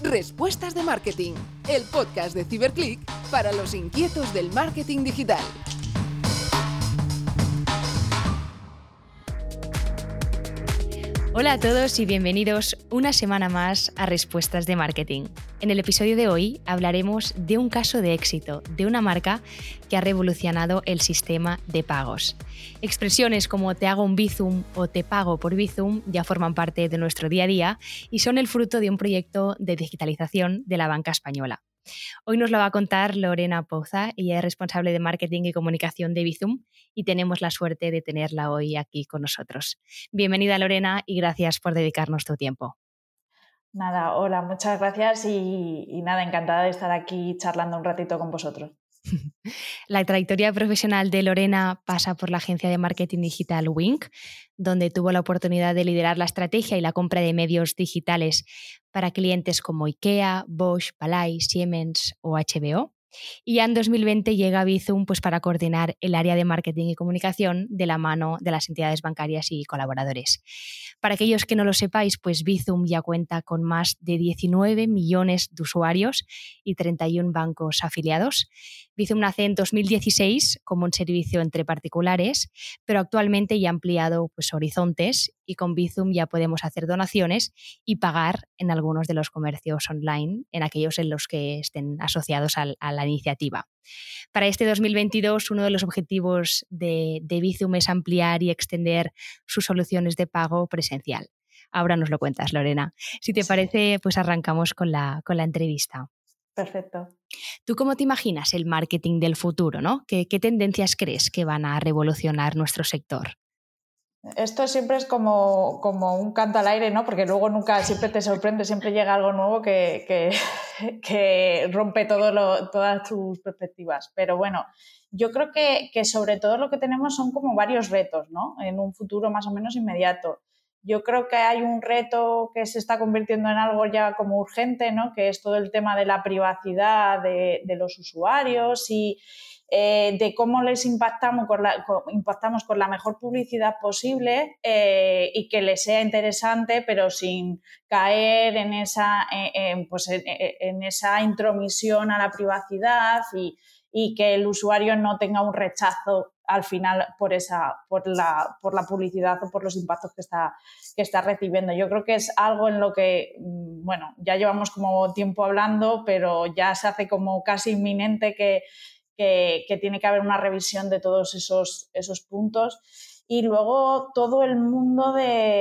Respuestas de Marketing, el podcast de Ciberclick para los inquietos del marketing digital. Hola a todos y bienvenidos una semana más a Respuestas de Marketing. En el episodio de hoy hablaremos de un caso de éxito de una marca que ha revolucionado el sistema de pagos. Expresiones como te hago un Bizum o te pago por Bizum ya forman parte de nuestro día a día y son el fruto de un proyecto de digitalización de la banca española. Hoy nos lo va a contar Lorena Pouza, ella es responsable de marketing y comunicación de Bizum y tenemos la suerte de tenerla hoy aquí con nosotros. Bienvenida Lorena y gracias por dedicarnos tu tiempo. Nada, hola, muchas gracias y nada, encantada de estar aquí charlando un ratito con vosotros. La trayectoria profesional de Lorena pasa por la agencia de marketing digital Wink, donde tuvo la oportunidad de liderar la estrategia y la compra de medios digitales para clientes como IKEA, Bosch, Palay, Siemens o HBO. Y ya en 2020 llega a Bizum para coordinar el área de marketing y comunicación de la mano de las entidades bancarias y colaboradores. Para aquellos que no lo sepáis, Bizum ya cuenta con más de 19 millones de usuarios y 31 bancos afiliados. Bizum nace en 2016 como un servicio entre particulares, pero actualmente ya ha ampliado horizontes y con Bizum ya podemos hacer donaciones y pagar en algunos de los comercios online, en aquellos en los que estén asociados a la iniciativa. Para este 2022, uno de los objetivos de Bizum es ampliar y extender sus soluciones de pago presencial. Ahora nos lo cuentas, Lorena. Si te parece, arrancamos con la entrevista. Perfecto. ¿Tú cómo te imaginas el marketing del futuro, ¿no? ¿Qué tendencias crees que van a revolucionar nuestro sector? Esto siempre es como un canto al aire, ¿no? Porque luego nunca, siempre te sorprende, siempre llega algo nuevo que rompe todas tus perspectivas. Pero bueno, yo creo que sobre todo lo que tenemos son como varios retos, ¿no? En un futuro más o menos inmediato. Yo creo que hay un reto que se está convirtiendo en algo ya como urgente, ¿no? Que es todo el tema de la privacidad de los usuarios y de cómo les impactamos con la mejor publicidad posible y que les sea interesante, pero sin caer en esa intromisión a la privacidad y que el usuario no tenga un rechazo al final por la publicidad o por los impactos que está recibiendo. Yo creo que es algo en lo que, bueno, ya llevamos como tiempo hablando, pero ya se hace como casi inminente que tiene que haber una revisión de todos esos puntos. Y luego todo el mundo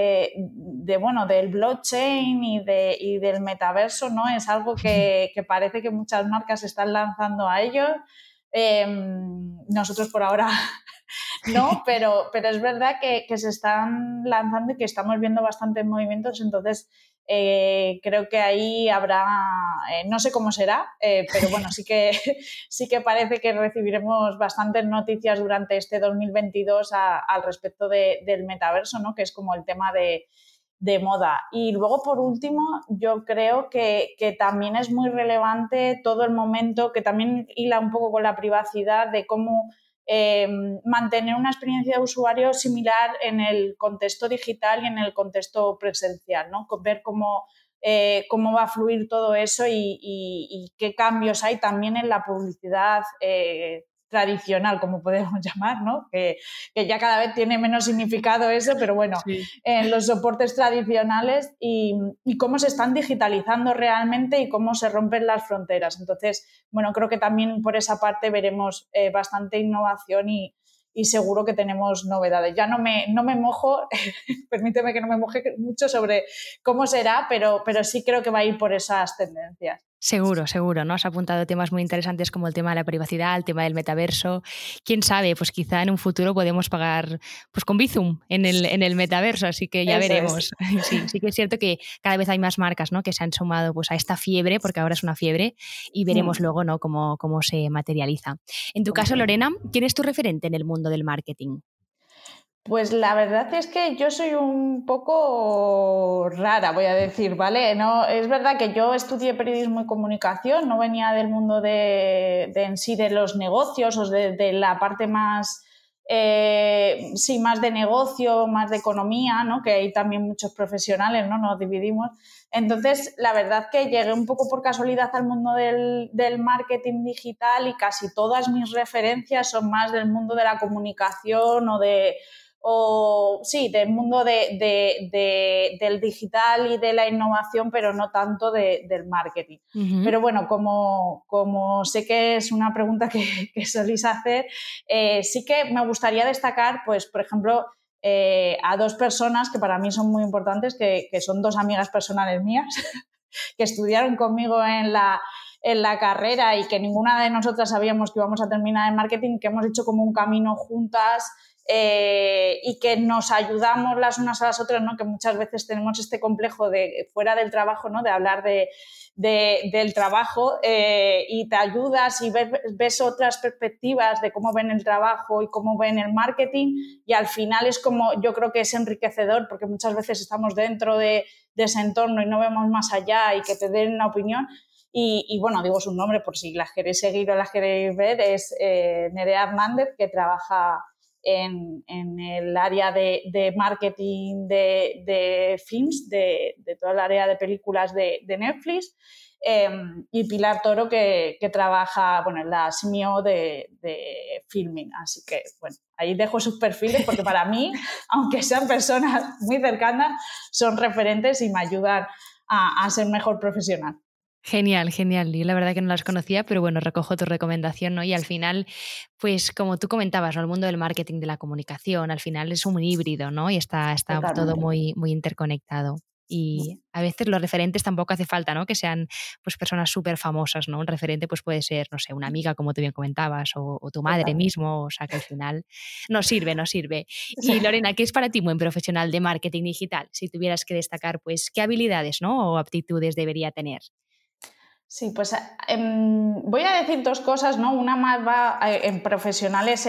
del blockchain y del metaverso, ¿no? Es algo que parece que muchas marcas se están lanzando a ello. Nosotros por ahora no, pero es verdad que se están lanzando y que estamos viendo bastantes movimientos, entonces creo que ahí habrá, no sé cómo será, pero bueno, sí que parece que recibiremos bastantes noticias durante este 2022 al respecto del metaverso, ¿no? Que es como el tema de moda. Y luego, por último, yo creo que también es muy relevante todo el momento, que también hila un poco con la privacidad, de cómo mantener una experiencia de usuario similar en el contexto digital y en el contexto presencial, ¿no? Ver cómo va a fluir todo eso y qué cambios hay también en la publicidad tradicional, como podemos llamar, ¿no? Que ya cada vez tiene menos significado eso, pero bueno, sí. En los soportes tradicionales y cómo se están digitalizando realmente y cómo se rompen las fronteras. Entonces, bueno, creo que también por esa parte veremos bastante innovación y seguro que tenemos novedades. Ya no me mojo, permíteme que no me moje mucho sobre cómo será, pero sí creo que va a ir por esas tendencias. Seguro, ¿no? Has apuntado temas muy interesantes como el tema de la privacidad, el tema del metaverso. ¿Quién sabe? Quizá en un futuro podemos pagar con Bizum en el metaverso, así que ya Eso veremos. Es. Sí que es cierto que cada vez hay más marcas, ¿no? Que se han sumado a esta fiebre, porque ahora es una fiebre, y veremos luego, ¿no? cómo se materializa. En tu caso, Lorena, ¿quién es tu referente en el mundo del marketing? Pues la verdad es que yo soy un poco rara, voy a decir, ¿vale? No, es verdad que yo estudié periodismo y comunicación, no venía del mundo en sí de los negocios o de la parte más sí, más de negocio, más de economía, ¿no? Que hay también muchos profesionales, ¿no? Nos dividimos. Entonces, la verdad que llegué un poco por casualidad al mundo del marketing digital y casi todas mis referencias son más del mundo de la comunicación del mundo del digital y de la innovación, pero no tanto del marketing. Uh-huh. Pero bueno, como sé que es una pregunta que solís hacer, sí que me gustaría destacar, pues, por ejemplo, a dos personas que para mí son muy importantes, que son dos amigas personales mías, que estudiaron conmigo en la carrera y que ninguna de nosotras sabíamos que íbamos a terminar en marketing, que hemos hecho como un camino juntas y que nos ayudamos las unas a las otras, ¿no? Que muchas veces tenemos este complejo de fuera del trabajo, ¿no? De hablar del trabajo y te ayudas y ves otras perspectivas de cómo ven el trabajo y cómo ven el marketing, y al final es como, yo creo que es enriquecedor porque muchas veces estamos dentro de ese entorno y no vemos más allá y que te den una opinión. Y bueno, digo su nombre por si las queréis seguir o las queréis ver, es Nerea Hernández, que trabaja en el área de marketing de films, de toda el área de películas de Netflix, y Pilar Toro, que trabaja, bueno, en la CMO de filming. Así que, bueno, ahí dejo sus perfiles porque para mí, aunque sean personas muy cercanas, son referentes y me ayudan a ser mejor profesional. Genial, genial. Yo la verdad que no las conocía, pero bueno, recojo tu recomendación, ¿no? Y al final, pues como tú comentabas, ¿no? El mundo del marketing, de la comunicación, al final es un híbrido, ¿no? Y está todo muy, muy interconectado. Y a veces los referentes tampoco hace falta, ¿no? Que sean pues personas súper famosas, ¿no? Un referente pues puede ser, no sé, una amiga, como tú bien comentabas, o tu madre mismo, o sea que al final nos sirve, nos sirve. Y Lorena, ¿qué es para ti un buen profesional de marketing digital? Si tuvieras que destacar, pues, ¿qué habilidades, ¿no? O aptitudes debería tener? Sí, pues voy a decir dos cosas, ¿no? Una más va en profesionales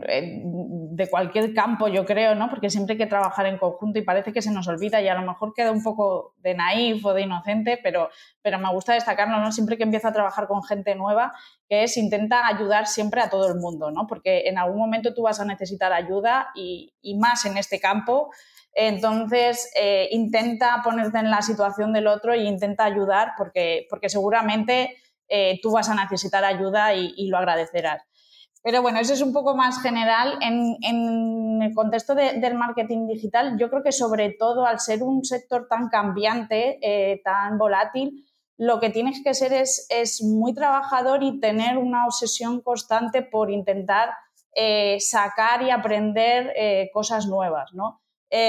de cualquier campo, yo creo, ¿no? Porque siempre hay que trabajar en conjunto y parece que se nos olvida y a lo mejor queda un poco de naif o de inocente, pero me gusta destacarlo, ¿no? Siempre que empiezo a trabajar con gente nueva, que es intenta ayudar siempre a todo el mundo, ¿no? Porque en algún momento tú vas a necesitar ayuda y más en este campo. Entonces, intenta ponerte en la situación del otro e intenta ayudar porque seguramente tú vas a necesitar ayuda y lo agradecerás. Pero bueno, eso es un poco más general. En el contexto del marketing digital, yo creo que sobre todo al ser un sector tan cambiante, tan volátil, lo que tienes que ser es muy trabajador y tener una obsesión constante por intentar sacar y aprender cosas nuevas, ¿no?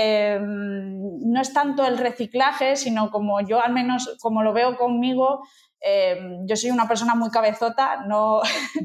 No es tanto el reciclaje, sino como yo al menos, como lo veo conmigo, yo soy una persona muy cabezota, no,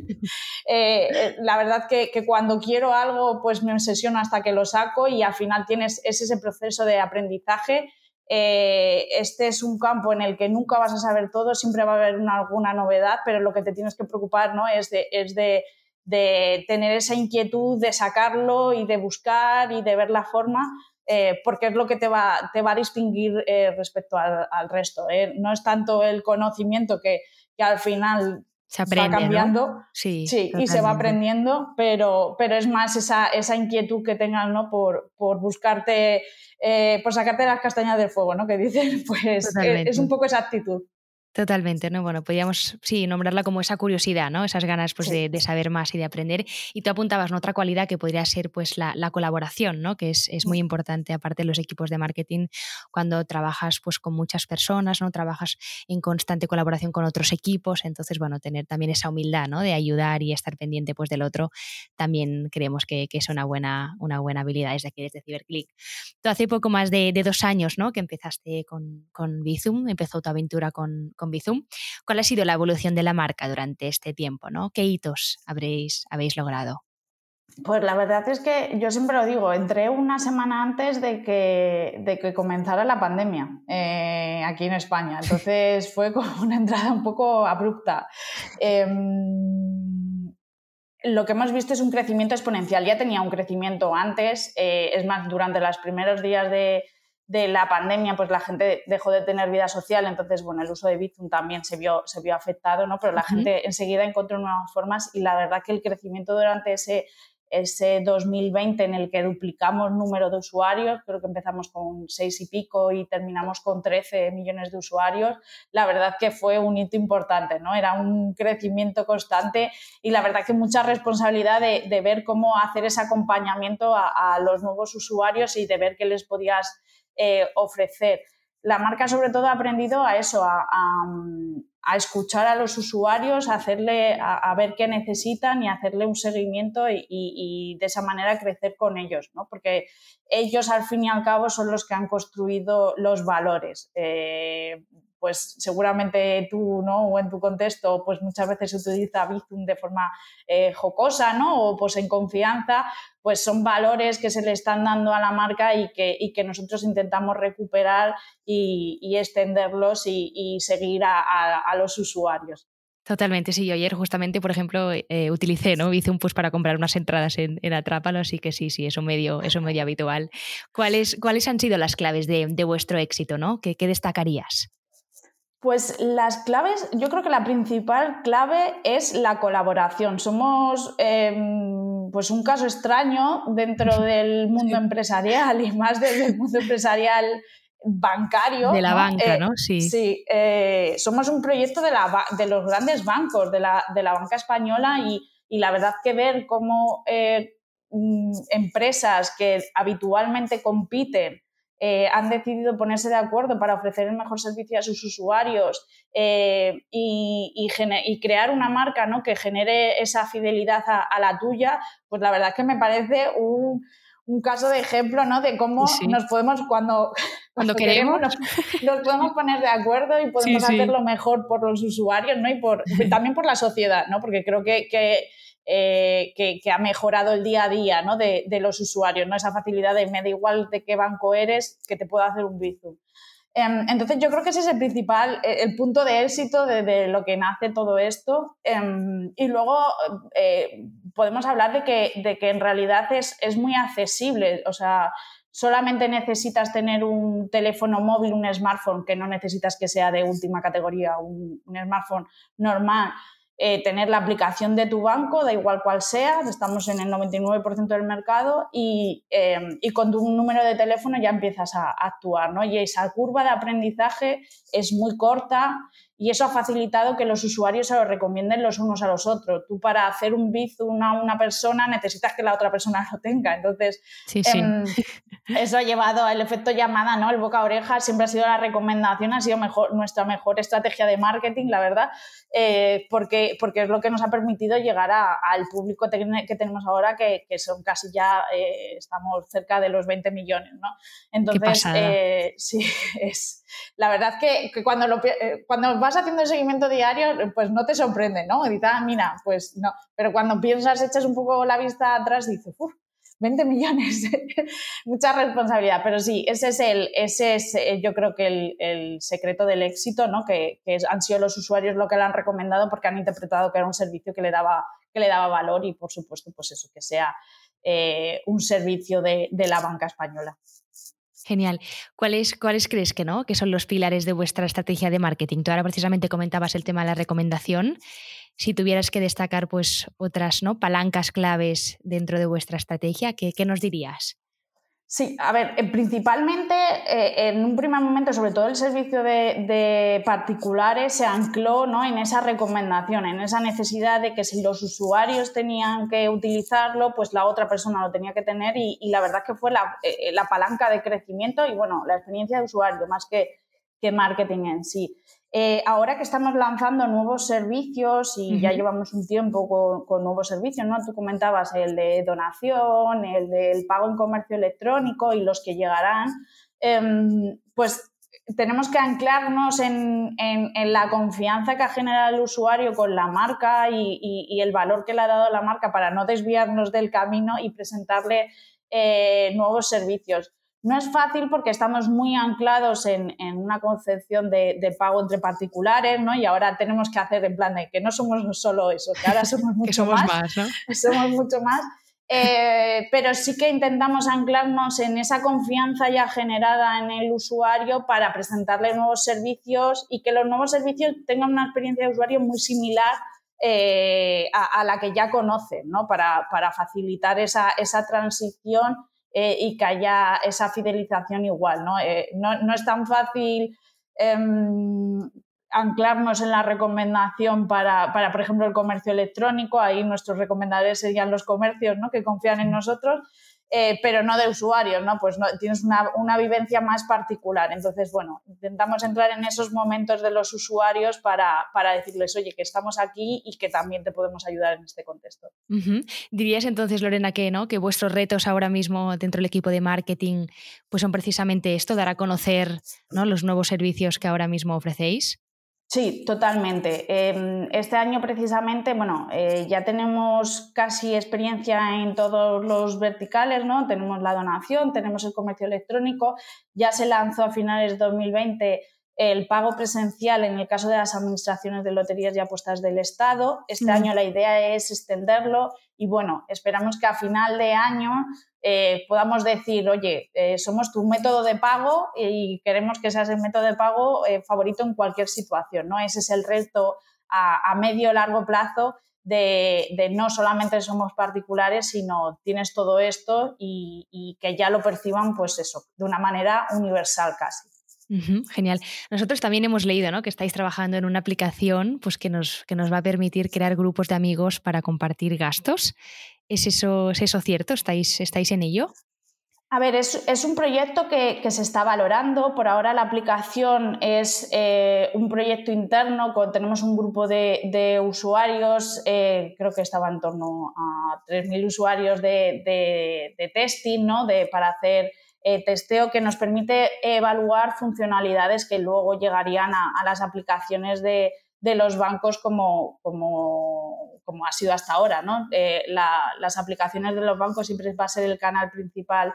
la verdad que cuando quiero algo pues me obsesiono hasta que lo saco y al final es ese proceso de aprendizaje. Este es un campo en el que nunca vas a saber todo, siempre va a haber alguna novedad, pero lo que te tienes que preocupar, ¿no? es de tener esa inquietud de sacarlo y de buscar y de ver la forma, porque es lo que te va a distinguir respecto al resto. No es tanto el conocimiento que al final se aprende, va cambiando, ¿no? Sí, y se va aprendiendo, pero es más esa inquietud que tengas, ¿no? por buscarte, por sacarte las castañas del fuego, ¿no? Que dicen, pues es un poco esa actitud. Totalmente, ¿no? Bueno, podríamos, sí, nombrarla como esa curiosidad, ¿no? Esas ganas pues, de saber más y de aprender. Y tú apuntabas, ¿no? Otra cualidad que podría ser pues la colaboración, ¿no? Que es muy importante, aparte de los equipos de marketing, cuando trabajas pues con muchas personas, ¿no? Trabajas en constante colaboración con otros equipos. Entonces, bueno, tener también esa humildad, ¿no? De ayudar y estar pendiente pues del otro, también creemos que es una buena habilidad desde aquí, desde CiberClick. Tú hace poco más de 2 años, ¿no? Que empezaste con Bizum, empezó tu aventura con Bizum. ¿Cuál ha sido la evolución de la marca durante este tiempo, ¿no? ¿Qué hitos habéis logrado? Pues la verdad es que yo siempre lo digo, entré una semana antes de que comenzara la pandemia aquí en España, entonces fue como una entrada un poco abrupta. Lo que hemos visto es un crecimiento exponencial, ya tenía un crecimiento antes, es más, durante los primeros días de la pandemia pues la gente dejó de tener vida social, entonces bueno, el uso de Bizum también se vio afectado, ¿no? Pero la gente enseguida encontró nuevas formas y la verdad que el crecimiento durante ese ese 2020 en el que duplicamos número de usuarios, creo que empezamos con 6 y pico y terminamos con 13 millones de usuarios, la verdad que fue un hito importante, ¿no? Era un crecimiento constante y la verdad que mucha responsabilidad de ver cómo hacer ese acompañamiento a los nuevos usuarios y de ver qué les podías ofrecer. La marca sobre todo ha aprendido a eso, a escuchar a los usuarios, a ver qué necesitan y hacerle un seguimiento y de esa manera crecer con ellos, ¿no? Porque ellos al fin y al cabo son los que han construido los valores. Pues seguramente tú, ¿no? O en tu contexto, pues muchas veces se utiliza Bizum de forma jocosa, ¿no? O pues en confianza, pues son valores que se le están dando a la marca y que nosotros intentamos recuperar y extenderlos y seguir a los usuarios. Totalmente, sí. Yo ayer justamente, por ejemplo, utilicé, ¿no? Hice un push para comprar unas entradas en Atrápalo, así que sí, eso medio habitual. ¿Cuáles han sido las claves de vuestro éxito, ¿no? ¿Qué destacarías? Pues las claves, yo creo que la principal clave es la colaboración. Somos pues un caso extraño dentro del mundo empresarial y más desde el mundo empresarial bancario. De la banca, ¿no? Sí. Sí, somos un proyecto de los grandes bancos, de la banca española y la verdad que ver cómo empresas que habitualmente compiten han decidido ponerse de acuerdo para ofrecer el mejor servicio a sus usuarios y crear una marca, ¿no? Que genere esa fidelidad a la tuya, pues la verdad es que me parece un caso de ejemplo, ¿no? De cómo nos podemos, cuando queremos, nos podemos poner de acuerdo y podemos hacerlo mejor por los usuarios, ¿no? Y también por la sociedad, ¿no? Porque creo que ha mejorado el día a día, ¿no? de los usuarios, ¿no? Esa facilidad de me da igual de qué banco eres, que te puedo hacer un Bizum. Entonces yo creo que ese es el principal, el punto de éxito de lo que nace todo esto. Y luego podemos hablar de que en realidad es muy accesible, o sea, solamente necesitas tener un teléfono móvil, un smartphone, que no necesitas que sea de última categoría, un smartphone normal, tener la aplicación de tu banco, da igual cuál sea, estamos en el 99% del mercado y con tu número de teléfono ya empiezas a actuar, ¿no? Y esa curva de aprendizaje es muy corta y eso ha facilitado que los usuarios se lo recomienden los unos a los otros. Tú para hacer un Bizum a una persona necesitas que la otra persona lo tenga. Entonces, eso ha llevado al efecto llamada, ¿no? El boca a oreja siempre ha sido la recomendación, ha sido nuestra mejor estrategia de marketing, la verdad, porque es lo que nos ha permitido llegar al público que tenemos ahora, que son casi ya, estamos cerca de los 20 millones, ¿no? Entonces, sí, la verdad que cuando vas haciendo el seguimiento diario, pues no te sorprende, ¿no? Dices, mira, pues no. Pero cuando piensas, echas un poco la vista atrás y dices, 20 millones, mucha responsabilidad. Pero sí, ese es yo creo que el secreto del éxito, ¿no? Que han sido los usuarios lo que le han recomendado porque han interpretado que era un servicio que le daba valor y, por supuesto, pues eso, que sea un servicio de la banca española. Genial. ¿Cuáles crees que son los pilares de vuestra estrategia de marketing? Tú ahora precisamente comentabas el tema de la recomendación. Si tuvieras que destacar pues otras, ¿no?, palancas claves dentro de vuestra estrategia, ¿qué nos dirías? Sí, a ver, principalmente en un primer momento, sobre todo el servicio de particulares se ancló, ¿no?, en esa recomendación, en esa necesidad de que si los usuarios tenían que utilizarlo, pues la otra persona lo tenía que tener y la verdad que fue la palanca de crecimiento y, bueno, la experiencia de usuario más que marketing en sí. Ahora que estamos lanzando nuevos servicios y ya llevamos un tiempo con nuevos servicios, ¿no? Tú comentabas el de donación, el del pago en comercio electrónico y los que llegarán, pues tenemos que anclarnos en la confianza que ha generado el usuario con la marca y el valor que le ha dado la marca para no desviarnos del camino y presentarle nuevos servicios. No es fácil porque estamos muy anclados en una concepción de pago entre particulares, ¿no? Y ahora tenemos que hacer en plan de que no somos solo eso, que ahora somos mucho que somos más, ¿no? Somos mucho más. Pero sí que intentamos anclarnos en esa confianza ya generada en el usuario para presentarle nuevos servicios y que los nuevos servicios tengan una experiencia de usuario muy similar a la que ya conocen, ¿no? Para facilitar esa transición y que haya esa fidelización igual, ¿no? No es tan fácil anclarnos en la recomendación para, por ejemplo, el comercio electrónico. Ahí nuestros recomendadores serían los comercios, ¿no? Que confían en nosotros, pero no de usuarios, ¿no? Pues no, tienes una vivencia más particular. Entonces, bueno, intentamos entrar en esos momentos de los usuarios para decirles, oye, que estamos aquí y que también te podemos ayudar en este contexto. Uh-huh. ¿Dirías entonces, Lorena, que, ¿no?, que vuestros retos ahora mismo dentro del equipo de marketing pues son precisamente esto, dar a conocer, ¿no?, los nuevos servicios que ahora mismo ofrecéis? Sí, totalmente. Este año precisamente, bueno, ya tenemos casi experiencia en todos los verticales, ¿no? Tenemos la donación, tenemos el comercio electrónico, ya se lanzó a finales de 2020 el pago presencial en el caso de las administraciones de loterías y apuestas del Estado. Este año la idea es extenderlo y, bueno, esperamos que a final de año podamos decir, oye, somos tu método de pago y queremos que seas el método de pago favorito en cualquier situación, ¿no? Ese es el reto a medio o largo plazo de no solamente somos particulares, sino tienes todo esto y que ya lo perciban, pues eso, de una manera universal casi. Uh-huh, genial. Nosotros también hemos leído, ¿no?, que estáis trabajando en una aplicación pues, que nos va a permitir crear grupos de amigos para compartir gastos. ¿Es eso cierto? ¿Estáis en ello? A ver, es un proyecto que se está valorando. Por ahora la aplicación es un proyecto interno, tenemos un grupo de usuarios, creo que estaba en torno a 3.000 usuarios de testing, ¿no? Para hacer testeo que nos permite evaluar funcionalidades que luego llegarían a las aplicaciones de los bancos como ha sido hasta ahora, ¿no? Las aplicaciones de los bancos siempre va a ser el canal principal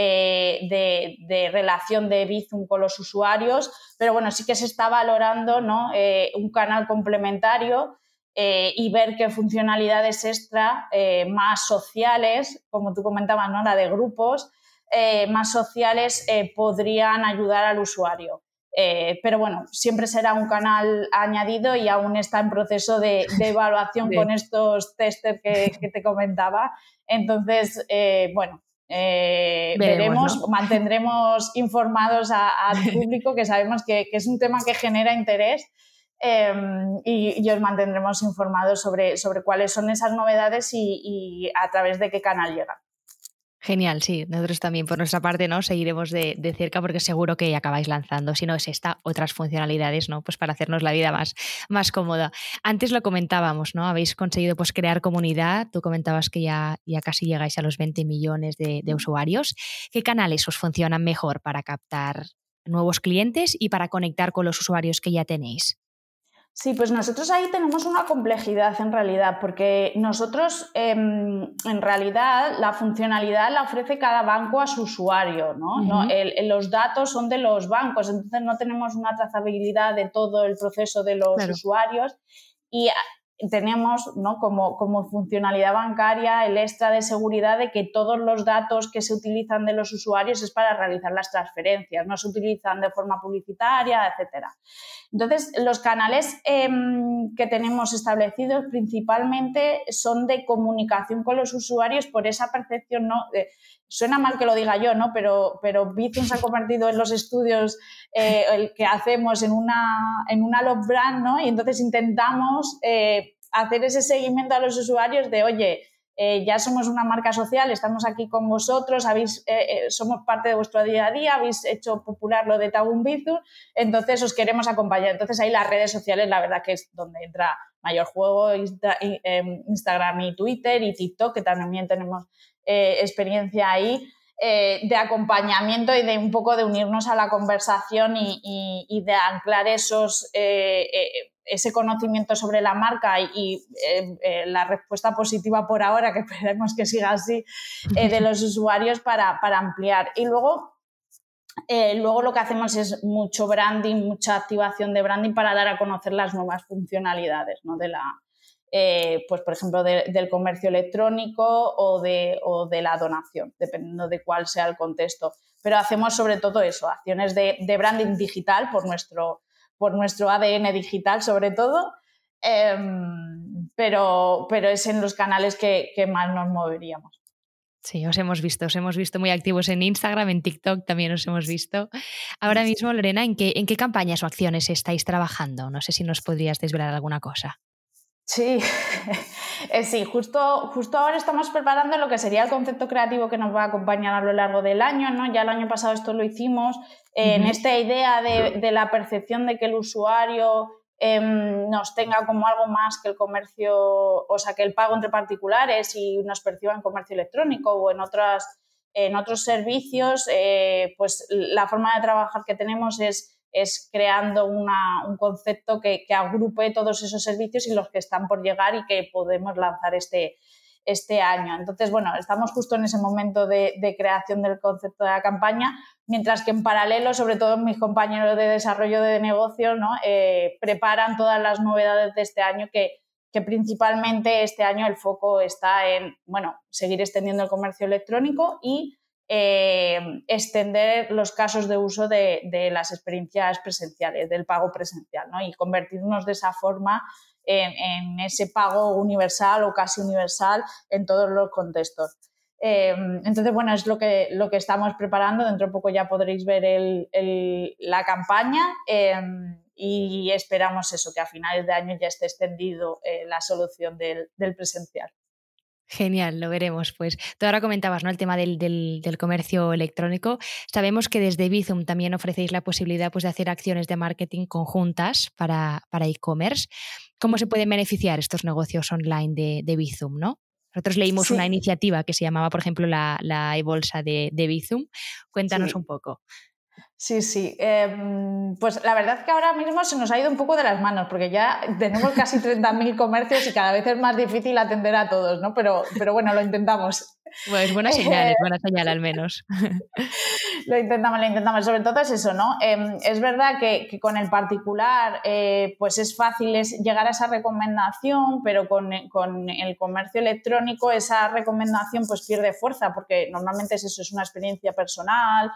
de relación de Bizum con los usuarios, pero bueno, sí que se está valorando, ¿no? Un canal complementario y ver qué funcionalidades extra más sociales, como tú comentabas, ¿no?, la de grupos, más sociales podrían ayudar al usuario. Pero bueno, siempre será un canal añadido y aún está en proceso de evaluación con estos testers que te comentaba. Entonces, bueno, veremos, ¿no? Mantendremos informados al público, que sabemos que es un tema que genera interés, y os mantendremos informados sobre cuáles son esas novedades y a través de qué canal llegan. Genial, sí. Nosotros también, por nuestra parte, ¿no?, seguiremos de cerca porque seguro que acabáis lanzando, si no es esta, otras funcionalidades, ¿no?, pues para hacernos la vida más cómoda. Antes lo comentábamos, ¿no? Habéis conseguido pues crear comunidad. Tú comentabas que ya casi llegáis a los 20 millones de usuarios. ¿Qué canales os funcionan mejor para captar nuevos clientes y para conectar con los usuarios que ya tenéis? Sí, pues nosotros ahí tenemos una complejidad en realidad, porque nosotros en realidad la funcionalidad la ofrece cada banco a su usuario, ¿no? Uh-huh. Los datos son de los bancos, entonces no tenemos una trazabilidad de todo el proceso de los usuarios y tenemos, ¿no?, como funcionalidad bancaria el extra de seguridad de que todos los datos que se utilizan de los usuarios es para realizar las transferencias, no se utilizan de forma publicitaria, etcétera. Entonces, los canales que tenemos establecidos principalmente son de comunicación con los usuarios por esa percepción, ¿no? Suena mal que lo diga yo, ¿no? Pero Bizum se ha convertido en los estudios el que hacemos en una love brand, ¿no? Y entonces intentamos hacer ese seguimiento a los usuarios de, oye, ya somos una marca social, estamos aquí con vosotros, somos parte de vuestro día a día, habéis hecho popular lo de Tabún Bizum, entonces os queremos acompañar. Entonces ahí las redes sociales, la verdad que es donde entra mayor juego, Instagram y Twitter y TikTok, que también tenemos experiencia ahí, de acompañamiento y de un poco de unirnos a la conversación y de anclar ese conocimiento sobre la marca y la respuesta positiva por ahora, que esperemos que siga así, de los usuarios para ampliar. Y luego lo que hacemos es mucho branding, mucha activación de branding para dar a conocer las nuevas funcionalidades, ¿no?, pues por ejemplo del comercio electrónico o de la donación, dependiendo de cuál sea el contexto. Pero hacemos sobre todo eso, acciones de branding digital por nuestro ADN digital sobre todo, pero es en los canales que más nos moveríamos. Sí, os hemos visto muy activos en Instagram, en TikTok también os hemos visto. Ahora mismo, Lorena, ¿en qué campañas o acciones estáis trabajando? No sé si nos podrías desvelar alguna cosa. Sí, sí, justo ahora estamos preparando lo que sería el concepto creativo que nos va a acompañar a lo largo del año, ¿no? Ya el año pasado esto lo hicimos, en esta idea de la percepción de que el usuario nos tenga como algo más que el comercio, o sea, que el pago entre particulares y nos perciba en comercio electrónico o en otros servicios, pues la forma de trabajar que tenemos es creando un concepto que agrupe todos esos servicios y los que están por llegar y que podemos lanzar este año. Entonces, bueno, estamos justo en ese momento de creación del concepto de la campaña, mientras que en paralelo, sobre todo mis compañeros de desarrollo de negocio, ¿no? Preparan todas las novedades de este año que principalmente este año el foco está en, bueno, seguir extendiendo el comercio electrónico y extender los casos de uso de las experiencias presenciales, del pago presencial, ¿no? Y convertirnos de esa forma en ese pago universal o casi universal en todos los contextos. Entonces, bueno, es lo que estamos preparando. Dentro de poco ya podréis ver la campaña y esperamos eso, que a finales de año ya esté extendido la solución del presencial. Genial, lo veremos. Pues tú ahora comentabas, ¿no?, el tema del comercio electrónico. Sabemos que desde Bizum también ofrecéis la posibilidad, pues, de hacer acciones de marketing conjuntas para e-commerce. ¿Cómo se pueden beneficiar estos negocios online de Bizum, no? Nosotros leímos una iniciativa que se llamaba, por ejemplo, la e-bolsa de Bizum. Cuéntanos un poco. Sí. Pues la verdad es que ahora mismo se nos ha ido un poco de las manos porque ya tenemos casi 30.000 comercios y cada vez es más difícil atender a todos, ¿no? Pero bueno, lo intentamos. Bueno, es buena señal al menos. Lo intentamos. Sobre todo es eso, ¿no? Es verdad que con el particular pues es fácil llegar a esa recomendación, pero con el comercio electrónico esa recomendación pues pierde fuerza porque normalmente es eso, es una experiencia personal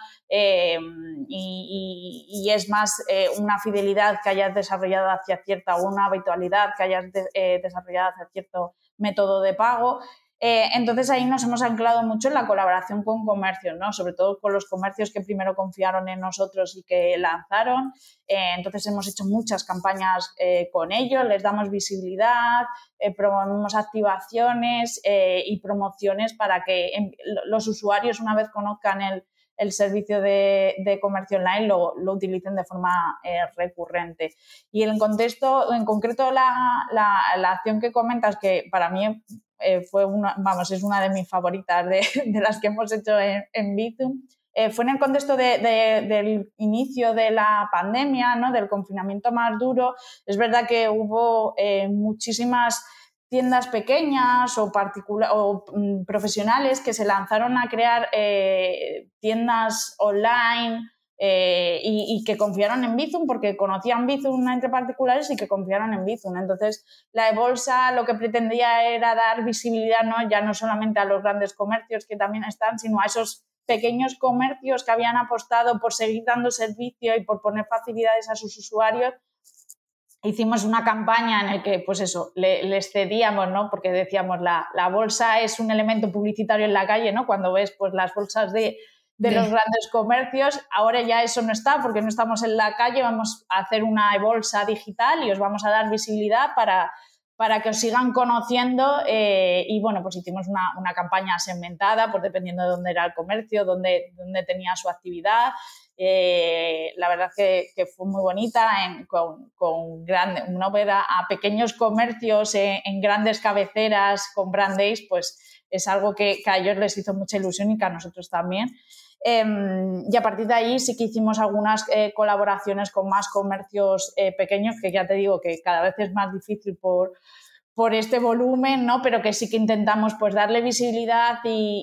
y es más una fidelidad que hayas desarrollado hacia cierta o una habitualidad que hayas desarrollado hacia cierto método de pago. Entonces ahí nos hemos anclado mucho en la colaboración con comercios, ¿no? Sobre todo con los comercios que primero confiaron en nosotros y que lanzaron. Entonces hemos hecho muchas campañas con ellos, les damos visibilidad, promovemos activaciones y promociones para que los usuarios, una vez conozcan el servicio de comercio online, lo utilicen de forma recurrente. Y en concreto la acción que comentas, que para mí es una de mis favoritas de las que hemos hecho en Bizum, fue en el contexto del inicio de la pandemia, ¿no? Del confinamiento más duro. Es verdad que hubo muchísimas tiendas pequeñas o profesionales que se lanzaron a crear tiendas online y que confiaron en Bizum porque conocían Bizum entre particulares y que confiaron en Bizum. Entonces, la e-bolsa lo que pretendía era dar visibilidad, ¿no? Ya no solamente a los grandes comercios que también están, sino a esos pequeños comercios que habían apostado por seguir dando servicio y por poner facilidades a sus usuarios. Hicimos una campaña en la que, pues eso, les cedíamos, ¿no? Porque decíamos, la bolsa es un elemento publicitario en la calle, ¿no? Cuando ves pues, las bolsas de los grandes comercios, ahora ya eso no está porque no estamos en la calle, vamos a hacer una e-bolsa digital y os vamos a dar visibilidad para que os sigan conociendo y bueno, pues hicimos una campaña segmentada, pues dependiendo de dónde era el comercio, dónde tenía su actividad. La verdad que fue muy bonita con una oferta a pequeños comercios en grandes cabeceras con brand days, pues es algo que a ellos les hizo mucha ilusión y que a nosotros también. Y a partir de ahí sí que hicimos algunas colaboraciones con más comercios pequeños, que ya te digo que cada vez es más difícil por este volumen, ¿no? Pero que sí que intentamos pues darle visibilidad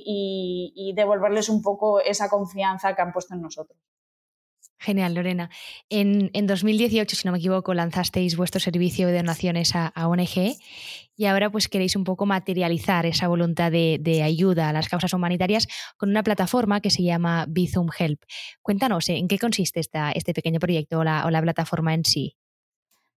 y devolverles un poco esa confianza que han puesto en nosotros. Genial, Lorena. En 2018, si no me equivoco, lanzasteis vuestro servicio de donaciones a ONG y ahora pues queréis un poco materializar esa voluntad de ayuda a las causas humanitarias con una plataforma que se llama Bizum Help. Cuéntanos, ¿en qué consiste este pequeño proyecto o la plataforma en sí?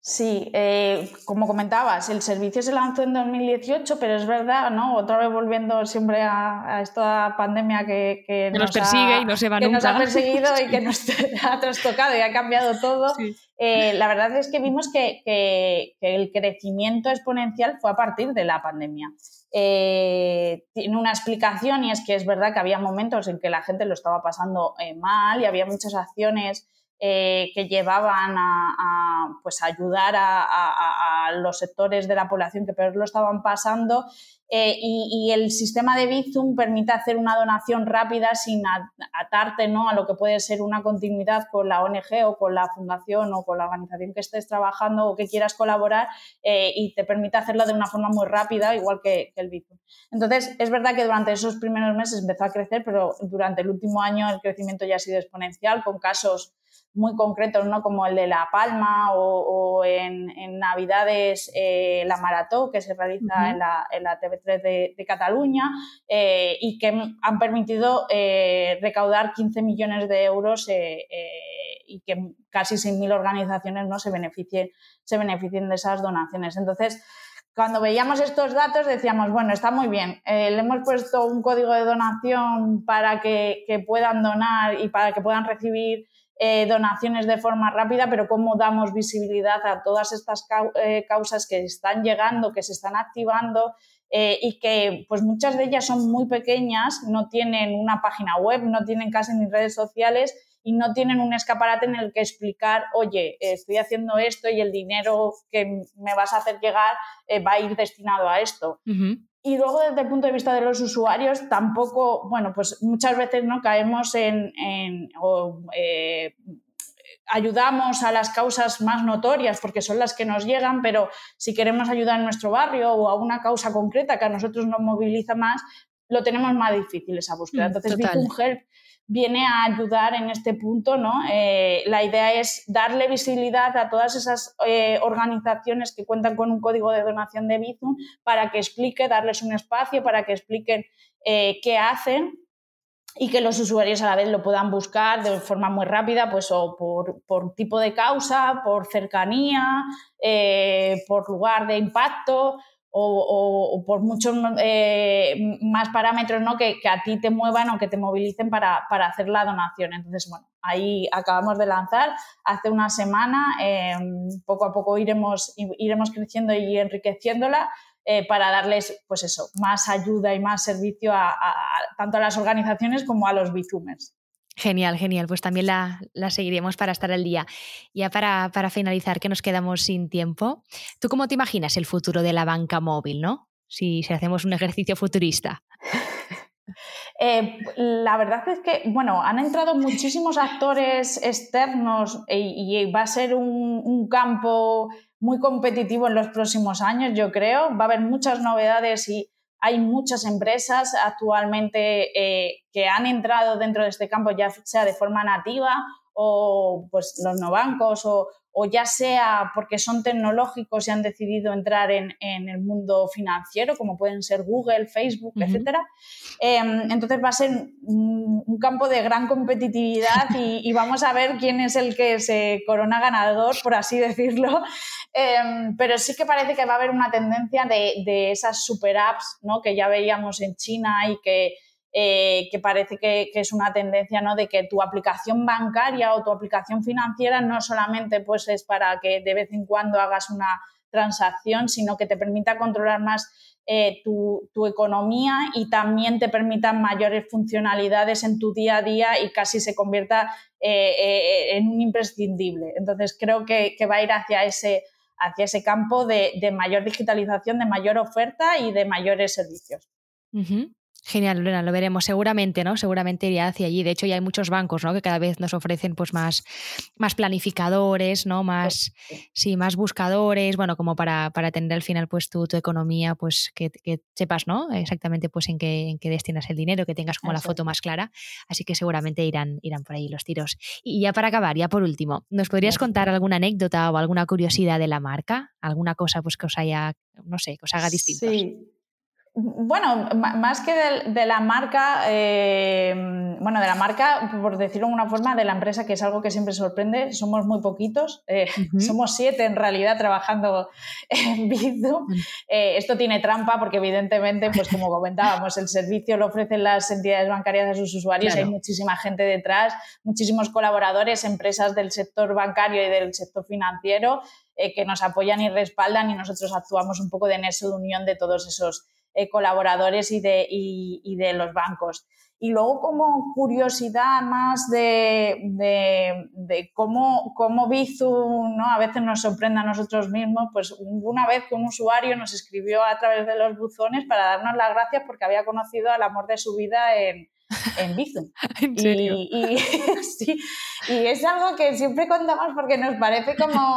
Sí, como comentabas, el servicio se lanzó en 2018, pero es verdad, ¿no? Otra vez volviendo siempre a esta pandemia que nos persigue y no se va nunca. Nos ha perseguido y que nos ha trastocado y ha cambiado todo. Sí. La verdad es que vimos que el crecimiento exponencial fue a partir de la pandemia. Tiene una explicación, y es que es verdad que había momentos en que la gente lo estaba pasando mal y había muchas acciones que llevaban pues ayudar a los sectores de la población que peor lo estaban pasando, y el sistema de Bizum permite hacer una donación rápida sin atarte, ¿no?, a lo que puede ser una continuidad con la ONG o con la fundación o con la organización que estés trabajando o que quieras colaborar, y te permite hacerlo de una forma muy rápida, igual que el Bizum. Entonces, es verdad que durante esos primeros meses empezó a crecer, pero durante el último año el crecimiento ya ha sido exponencial, con casos muy concretos, ¿no?, como el de La Palma o en Navidades la marató que se realiza en la TV3 de Cataluña, y que han permitido recaudar 15 millones de euros y que casi 6.000 organizaciones, ¿no?, se beneficien de esas donaciones. Entonces, cuando veíamos estos datos decíamos, bueno, está muy bien, le hemos puesto un código de donación para que puedan donar y para que puedan recibir donaciones de forma rápida, pero ¿cómo damos visibilidad a todas estas causas que están llegando, que se están activando, y que pues muchas de ellas son muy pequeñas, no tienen una página web, no tienen casi ni redes sociales y no tienen un escaparate en el que explicar, oye, estoy haciendo esto y el dinero que me vas a hacer llegar va a ir destinado a esto? Uh-huh. Y luego, desde el punto de vista de los usuarios, tampoco, bueno, pues muchas veces, ¿no?, caemos ayudamos a las causas más notorias porque son las que nos llegan, pero si queremos ayudar en nuestro barrio o a una causa concreta que a nosotros nos moviliza más, lo tenemos más difícil esa búsqueda. Entonces, Bizum Help viene a ayudar en este punto, ¿no? La idea es darle visibilidad a todas esas organizaciones que cuentan con un código de donación de Bizum para que explique, darles un espacio para que expliquen qué hacen y que los usuarios a la vez lo puedan buscar de forma muy rápida, pues o por tipo de causa, por cercanía, por lugar de impacto o por muchos más parámetros, ¿no?, que a ti te muevan o que te movilicen para hacer la donación. Entonces, bueno, ahí acabamos de lanzar hace una semana, poco a poco iremos creciendo y enriqueciéndola, para darles, pues eso, más ayuda y más servicio tanto a las organizaciones como a los bizumers. Genial, genial. Pues también la seguiremos para estar al día. Ya para finalizar, que nos quedamos sin tiempo, ¿tú cómo te imaginas el futuro de la banca móvil, no? Si hacemos un ejercicio futurista. La verdad es que, bueno, han entrado muchísimos actores externos y va a ser un campo muy competitivo en los próximos años, yo creo. Va a haber muchas novedades y hay muchas empresas actualmente que han entrado dentro de este campo, ya sea de forma nativa o pues los no bancos o ya sea porque son tecnológicos y han decidido entrar en el mundo financiero, como pueden ser Google, Facebook, etcétera. Entonces va a ser un campo de gran competitividad y vamos a ver quién es el que se corona ganador, por así decirlo. Pero sí que parece que va a haber una tendencia de esas super apps, ¿no?, que ya veíamos en China y que parece que es una tendencia, ¿no?, de que tu aplicación bancaria o tu aplicación financiera no solamente pues es para que de vez en cuando hagas una transacción, sino que te permita controlar más tu economía y también te permitan mayores funcionalidades en tu día a día y casi se convierta en un imprescindible. Entonces creo que va a ir hacia ese campo de mayor digitalización, de mayor oferta y de mayores servicios. Uh-huh. Genial, Lorena, lo veremos seguramente, ¿no? Seguramente iría hacia allí. De hecho, ya hay muchos bancos, ¿no?, que cada vez nos ofrecen pues más planificadores, ¿no? Más buscadores, bueno, como para tener al final pues tu economía, pues que sepas, ¿no?, exactamente pues en qué destinas el dinero, que tengas como la foto más clara. Así que seguramente irán por ahí los tiros. Y ya para acabar, ya por último, ¿nos podrías contar alguna anécdota o alguna curiosidad de la marca? ¿Alguna cosa pues que os haya, no sé, que os haga distintos? Sí. Bueno, más que de la marca, bueno, de la marca, por decirlo de una forma, de la empresa, que es algo que siempre sorprende, somos muy poquitos, somos 7 en realidad trabajando en Bizum. Esto tiene trampa porque evidentemente, pues como comentábamos, el servicio lo ofrecen las entidades bancarias a sus usuarios, claro. Hay muchísima gente detrás, muchísimos colaboradores, empresas del sector bancario y del sector financiero que nos apoyan y respaldan, y nosotros actuamos un poco de nexo de unión de todos esos colaboradores y de los bancos. Y luego, como curiosidad más de cómo Bizum, ¿no? A veces nos sorprende a nosotros mismos, pues una vez que un usuario nos escribió a través de los buzones para darnos las gracias porque había conocido al amor de su vida en Bizum. ¿En serio? Sí, y es algo que siempre contamos porque nos parece como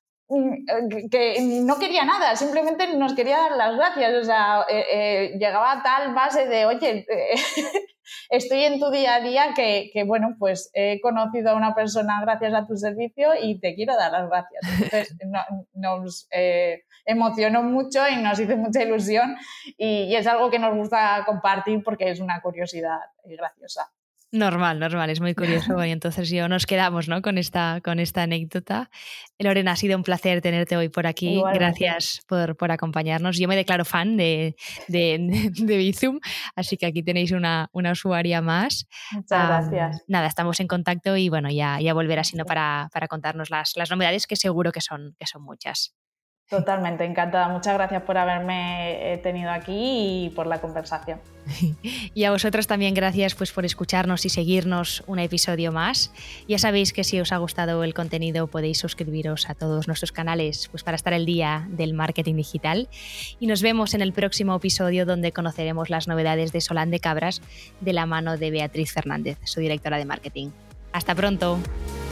que no quería nada, simplemente nos quería dar las gracias. O sea, llegaba a tal base de, oye, estoy en tu día a día que bueno, pues he conocido a una persona gracias a tu servicio y te quiero dar las gracias. Entonces nos emocionó mucho y nos hizo mucha ilusión, y es algo que nos gusta compartir porque es una curiosidad graciosa. Normal, es muy curioso. Bueno, y entonces nos quedamos, ¿no? con esta anécdota. Lorena, ha sido un placer tenerte hoy por aquí. Igualmente. Gracias por acompañarnos. Yo me declaro fan de Bizum, así que aquí tenéis una usuaria más. Muchas gracias. Nada, estamos en contacto y bueno, ya volverás sino para contarnos las novedades, que seguro que son muchas. Totalmente, encantada. Muchas gracias por haberme tenido aquí y por la conversación. Y a vosotros también gracias pues por escucharnos y seguirnos un episodio más. Ya sabéis que si os ha gustado el contenido podéis suscribiros a todos nuestros canales pues para estar al día del marketing digital, y nos vemos en el próximo episodio, donde conoceremos las novedades de Solán de Cabras de la mano de Beatriz Fernández, su directora de marketing. ¡Hasta pronto!